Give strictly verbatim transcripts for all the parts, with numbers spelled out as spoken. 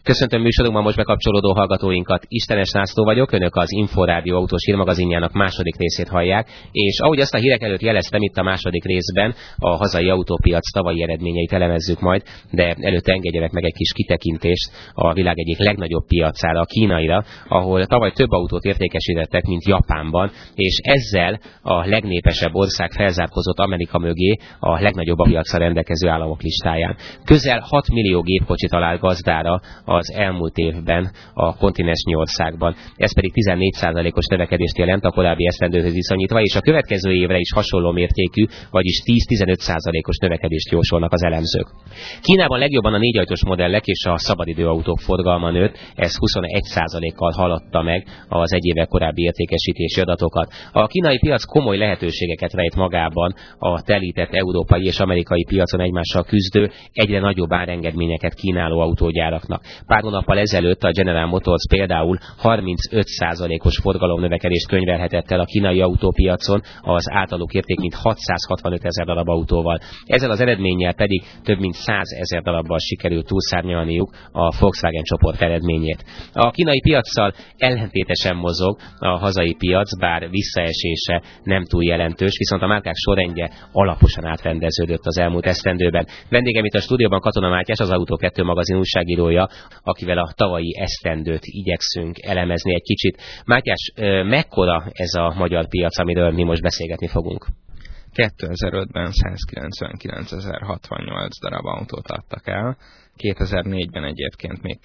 Köszöntöm műsorunkban most bekapcsolódó hallgatóinkat. Istenes László vagyok, önök az Inforádió autós hírmagazinjának második részét hallják, és ahogy azt a hírek előtt jeleztem, itt a második részben a hazai autópiac tavalyi eredményeit elemezzük majd, de előtte engedjenek meg egy kis kitekintést a világ egyik legnagyobb piacára, a kínaira, ahol tavaly több autót értékesítettek, mint Japánban, és ezzel a legnépesebb ország felzárkózott Amerika mögé a legnagyobb a piacra rendelkező államok listáján. Közel hat millió gépkocsi talál gazdára az elmúlt évben a kontinensnyi országban. Ez pedig tizennégy százalékos növekedést jelent a korábbi esztendőhöz viszonyítva, és a következő évre is hasonló mértékű, vagyis tíz-tizenöt százalékos növekedést jósolnak az elemzők. Kínában legjobban a négyajtós modellek és a szabadidőautók forgalma nőtt, ez huszonegy százalékkal haladta meg az egy évvel korábbi értékesítési adatokat. A kínai piac komoly lehetőségeket rejt magában a telített európai és amerikai piacon egymással küzdő, egyre nagyobb árengedményeket kínáló autógyáraknak. Pár hónappal ezelőtt a General Motors például harmincöt százalékos forgalomnövekedést könyvelhetett el a kínai autópiacon az általuk értékint hatszázhatvanöt ezer darab autóval. Ezzel az eredménnyel pedig több mint százezer darabbal sikerült túlszárnyalniuk a Volkswagen csoport eredményét. A kínai piaccal ellentétesen mozog a hazai piac, bár visszaesése nem túl jelentős, viszont a márkák sorrendje alaposan átrendeződött az elmúlt esztendőben. Vendégem itt a stúdióban Katona Mátyás, az Autó kettő magazin újságírója, akivel a tavalyi esztendőt igyekszünk elemezni egy kicsit. Mátyás, mekkora ez a magyar piac, amiről mi most beszélgetni fogunk? kétezer-ötben százkilencvenkilencezer-hatvannyolc darab autót adtak el, kétezer-négyben egyébként még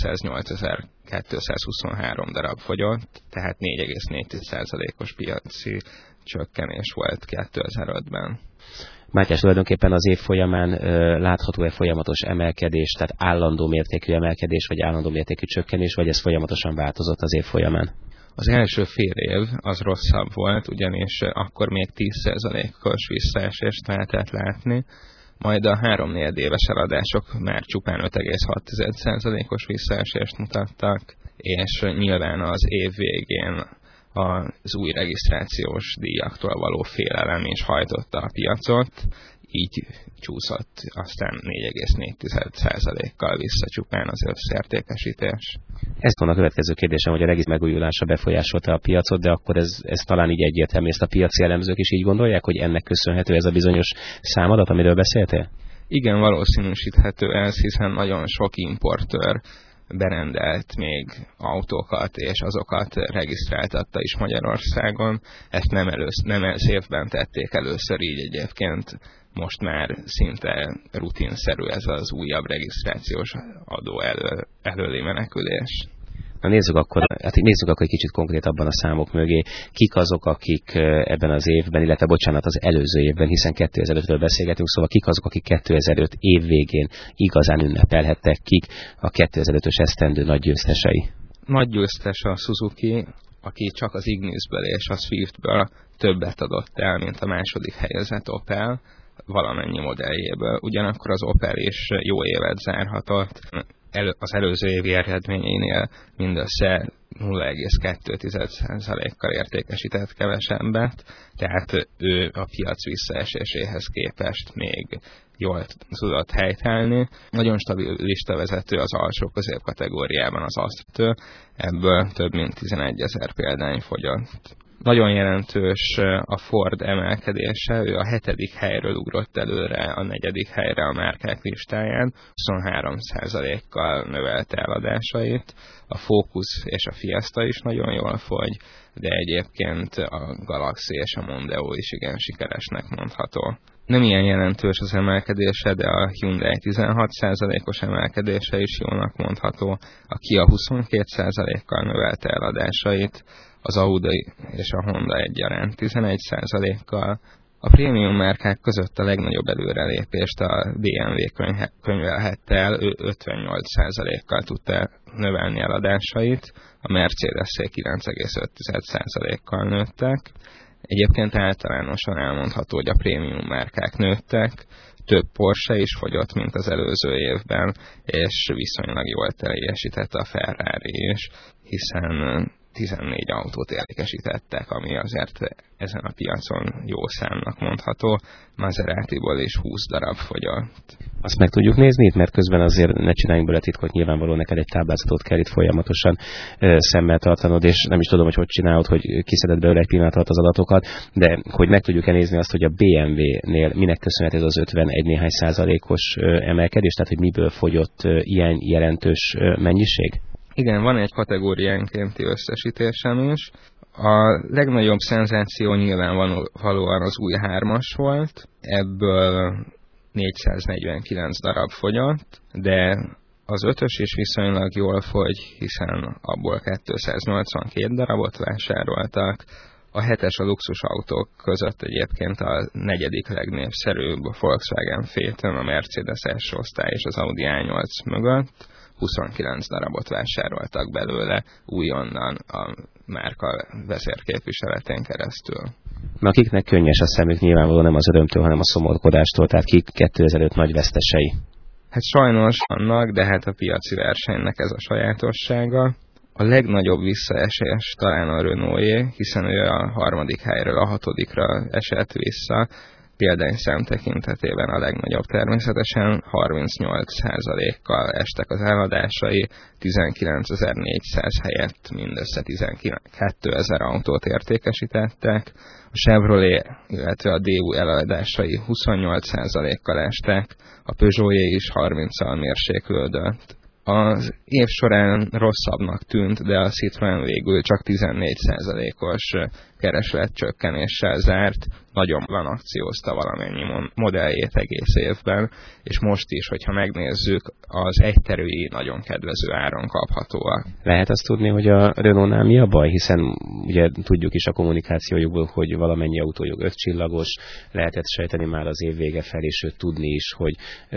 kétszáznegyvenezer-kétszázhuszonhárom darab fogyott, tehát négy egész négy százalékos piaci csökkenés volt kétezer-ötben. Mátyás, tulajdonképpen az év folyamán ö, látható-e folyamatos emelkedés, tehát állandó mértékű emelkedés, vagy állandó mértékű csökkenés, vagy ez folyamatosan változott az év folyamán? Az első fél év az rosszabb volt, ugyanis akkor még tíz százalékos visszaesést lehetett látni, majd a három-négy éves eladások már csupán öt egész hat százalékos visszaesést mutattak, és nyilván az év végén az új regisztrációs díjaktól való félelem is hajtotta a piacot, így csúszott aztán négy egész négy százalékkal vissza csupán az összértékesítés. Ez van a következő kérdésem, hogy a regisztráció megújulása befolyásolta a piacot, de akkor ez, ez talán így egyértelmű, ezt a piaci elemzők is így gondolják, hogy ennek köszönhető ez a bizonyos számadat, amiről beszéltél? Igen, valószínűsíthető ez, hiszen nagyon sok importőr berendelt még autókat, és azokat regisztráltatta is Magyarországon. Ezt nem, elősz, nem ez évben tették először, így egyébként most már szinte rutinszerű ez az újabb regisztrációs adó elő, előli menekülés. Na nézzük akkor, hát nézzük akkor egy kicsit konkrétabban a számok mögé. Kik azok, akik ebben az évben, illetve bocsánat, az előző évben, hiszen kétezer-ötről beszélgetünk, szóval kik azok, akik kétezer-öt év végén igazán ünnepelhettek, kik a kétezer-ötös esztendő nagy győztesei? Nagy győztes a Suzuki, aki csak az Ignisből és a Swiftből többet adott el, mint a második helyezett Opel valamennyi modelljéből. Ugyanakkor az Opel is jó évet zárhatott. Elő, az előző évi eredményénél mindössze nulla egész kettő százalékkal értékesített kevesebbet, tehát ő a piac visszaeséséhez képest még jól tudott helytállni. Nagyon stabil listavezető az alsó középkategóriában az Astra, ebből több mint tizenegyezer példány fogyott. Nagyon jelentős a Ford emelkedése, ő a hetedik helyről ugrott előre a negyedik helyre a márkák listáján, huszonhárom százalékkal növelte eladásait, a Focus és a Fiesta is nagyon jól fogy, de egyébként a Galaxy és a Mondeo is igen sikeresnek mondható. Nem ilyen jelentős az emelkedése, de a Hyundai tizenhat százalékos emelkedése is jónak mondható, a Kia huszonkét százalékkal növelte eladásait, az Audi és a Honda egyaránt tizenegy százalékkal. A prémium márkák között a legnagyobb előrelépést a bé em vé könyvelhette el, ő ötvennyolc százalékkal tudta növelni eladásait, a Mercedes-é kilenc egész öt százalékkal nőttek. Egyébként általánosan elmondható, hogy a prémium márkák nőttek, több Porsche is fogyott, mint az előző évben, és viszonylag jól teljesített a Ferrari is, hiszen tizennégy autót értékesítettek, ami azért ezen a piacon jó számnak mondható. Maseratiból is húsz darab fogyott. Azt meg tudjuk nézni itt, mert közben azért ne csináljunk bele titkot, nyilvánvalóan neked egy táblázatot kell itt folyamatosan ö, szemmel tartanod, és nem is tudom, hogy hogy csinálod, hogy kiszeded belőle egy pillanat alatt az adatokat, de hogy meg tudjuk-e nézni azt, hogy a bé em vé-nél minek köszönhető az ötvenegy néhány százalékos ö, emelkedés, tehát hogy miből fogyott ö, ilyen jelentős ö, mennyiség? Igen, van egy kategóriánkénti összesítésem is. A legnagyobb szenzáció nyilvánvalóan az új hármas volt, ebből négyszáznegyvenkilenc darab fogyott, de az ötös is viszonylag jól fogy, hiszen abból kétszáznyolcvankét darabot vásároltak. A hetes a luxusautók között egyébként a negyedik legnépszerűbb a Volkswagen Phaeton, a Mercedes S-osztály és az Audi á nyolc mögött. huszonkilenc darabot vásároltak belőle újonnan a márka vezérképviseletén keresztül. Akiknek könnyes a szemük, nyilvánvalóan nem az örömtől, hanem a szomorkodástól, tehát kik kétezer-öt nagy vesztesei? Hát sajnos vannak, de hát a piaci versenynek ez a sajátossága. A legnagyobb visszaesés talán a Renaulté, hiszen ő a harmadik helyről a hatodikra esett vissza, példányszám tekintetében a legnagyobb természetesen, harmincnyolc százalékkal estek az eladásai, tizenkilencezer-négyszáz helyett mindössze tizenkétezer autót értékesítettek. A Chevrolet, illetve a dé u eladásai huszonnyolc százalékkal estek, a Peugeoté is harminccal mérséklődött. Az év során rosszabbnak tűnt, de a Citroën végül csak tizennégy százalékos keresletcsökkenéssel zárt, nagyon van akciózta valamennyi modelljét egész évben, és most is, hogyha megnézzük, az egyterűi nagyon kedvező áron kaphatóak. Lehet azt tudni, hogy a Renault-nál mi a baj, hiszen ugye tudjuk is a kommunikációjukból, hogy valamennyi autójuk öt csillagos, lehetett sejteni már az év vége felé, sőt tudni is, hogy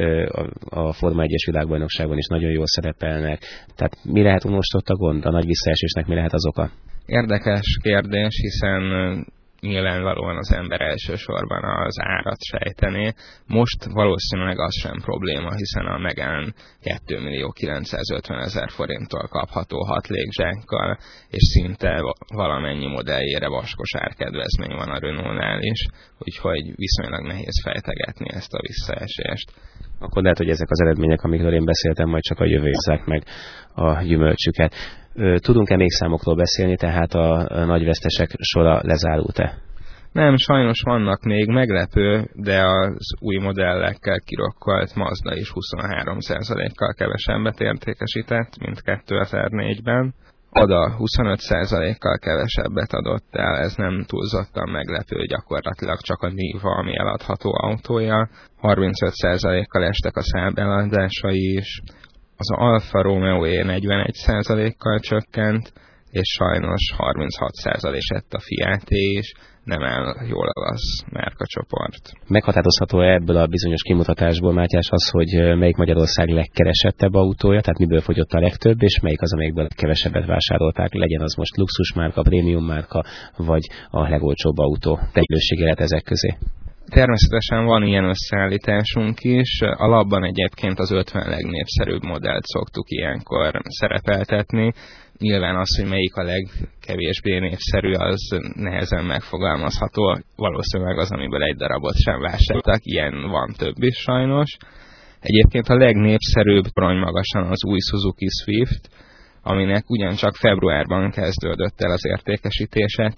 a Forma egyes világbajnokságban is nagyon jól szerepelnek. Tehát mi lehet most ott a gond? A nagy visszaesésnek mi lehet az oka? Érdekes kérdés, hiszen nyilvánvalóan az ember elsősorban az árat sejtené. Most valószínűleg az sem probléma, hiszen a Megane két millió kilencszázötvenezer forinttól kapható hat légzsákkal, és szinte valamennyi modelljére vaskos árkedvezmény van a Renault-nál is, úgyhogy viszonylag nehéz fejtegetni ezt a visszaesést. Akkor lehet, hogy ezek az eredmények, amikről én beszéltem, majd csak a jövő hozzák meg a gyümölcsüket. Tudunk-e még számokról beszélni, tehát a nagy vesztesek sora lezárult-e? Nem, sajnos vannak még, meglepő, de az új modellekkel kirokkolt Mazda is huszonhárom százalékkal kevesebbet értékesített, mint kétezer-négyben. Ada huszonöt százalékkal kevesebbet adott el, ez nem túlzottan meglepő, gyakorlatilag csak a Niva, ami eladható autója. harmincöt százalékkal estek a Saab eladásai is. Az Alfa Romeo negyvenegy százalékkal csökkent, és sajnos harminchat százalék esett a Fiaté is, nem áll jól az márkacsoport. Meghatározható ebből a bizonyos kimutatásból, Mátyás, az, hogy melyik Magyarország legkeresettebb autója, tehát miből fogyott a legtöbb, és melyik az, amelyikből kevesebbet vásárolták, legyen az most luxusmárka, prémium márka, vagy a legolcsóbb autó. Teljősége lehet ezek közé. Természetesen van ilyen összeállításunk is. A labban egyébként az ötven legnépszerűbb modellt szoktuk ilyenkor szerepeltetni. Nyilván az, hogy melyik a legkevésbé népszerű, az nehezen megfogalmazható. Valószínűleg az, amiből egy darabot sem vásároltak. Ilyen van több is sajnos. Egyébként a legnépszerűbb aranymagasan az új Suzuki Swift, aminek ugyancsak februárban kezdődött el az értékesítése,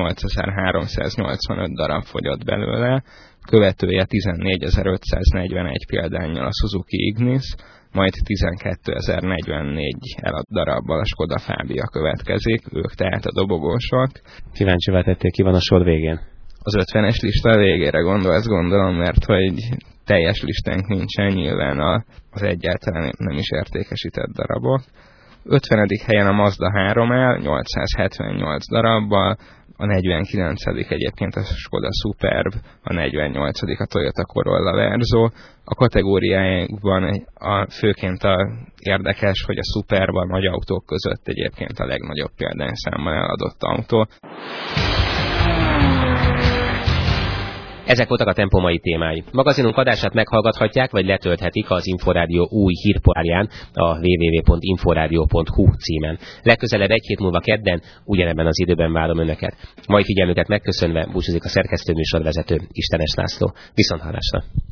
tizennyolcezer-háromszáznyolcvanöt darab fogyott belőle, követője tizennégyezer-ötszáznegyvenegy példánnyal a Suzuki Ignis, majd tizenkétezer-negyvennégy elad darabbal a Skoda Fabia következik, ők tehát a dobogósok. Kíváncsivá tettél, ki van a sor végén? Az ötvenes lista végére gondolsz, gondolom, mert hogy teljes listánk nincsen, nyilván az egyáltalán nem is értékesített darabok. ötvenedik helyen a Mazda három áll, nyolcszázhetvennyolc darabbal, a negyvenkilencedik egyébként a Skoda Superb, a negyvennyolcadik a Toyota Corolla Verzo. A kategóriájukban a, főként a érdekes, hogy a Superb a nagy autók között egyébként a legnagyobb példányszámban eladott autó. Ezek voltak a Tempo mai témái. Magazinunk adását meghallgathatják, vagy letölthetik az Inforádió új hírportálján, a double-u double-u double-u pont inforádió pont hu címen. Legközelebb egy hét múlva kedden, ugyanebben az időben várom önöket. Mai figyelmüket megköszönve búcsúzik a szerkesztő műsorvezető, Istenes László. Viszonthallásra!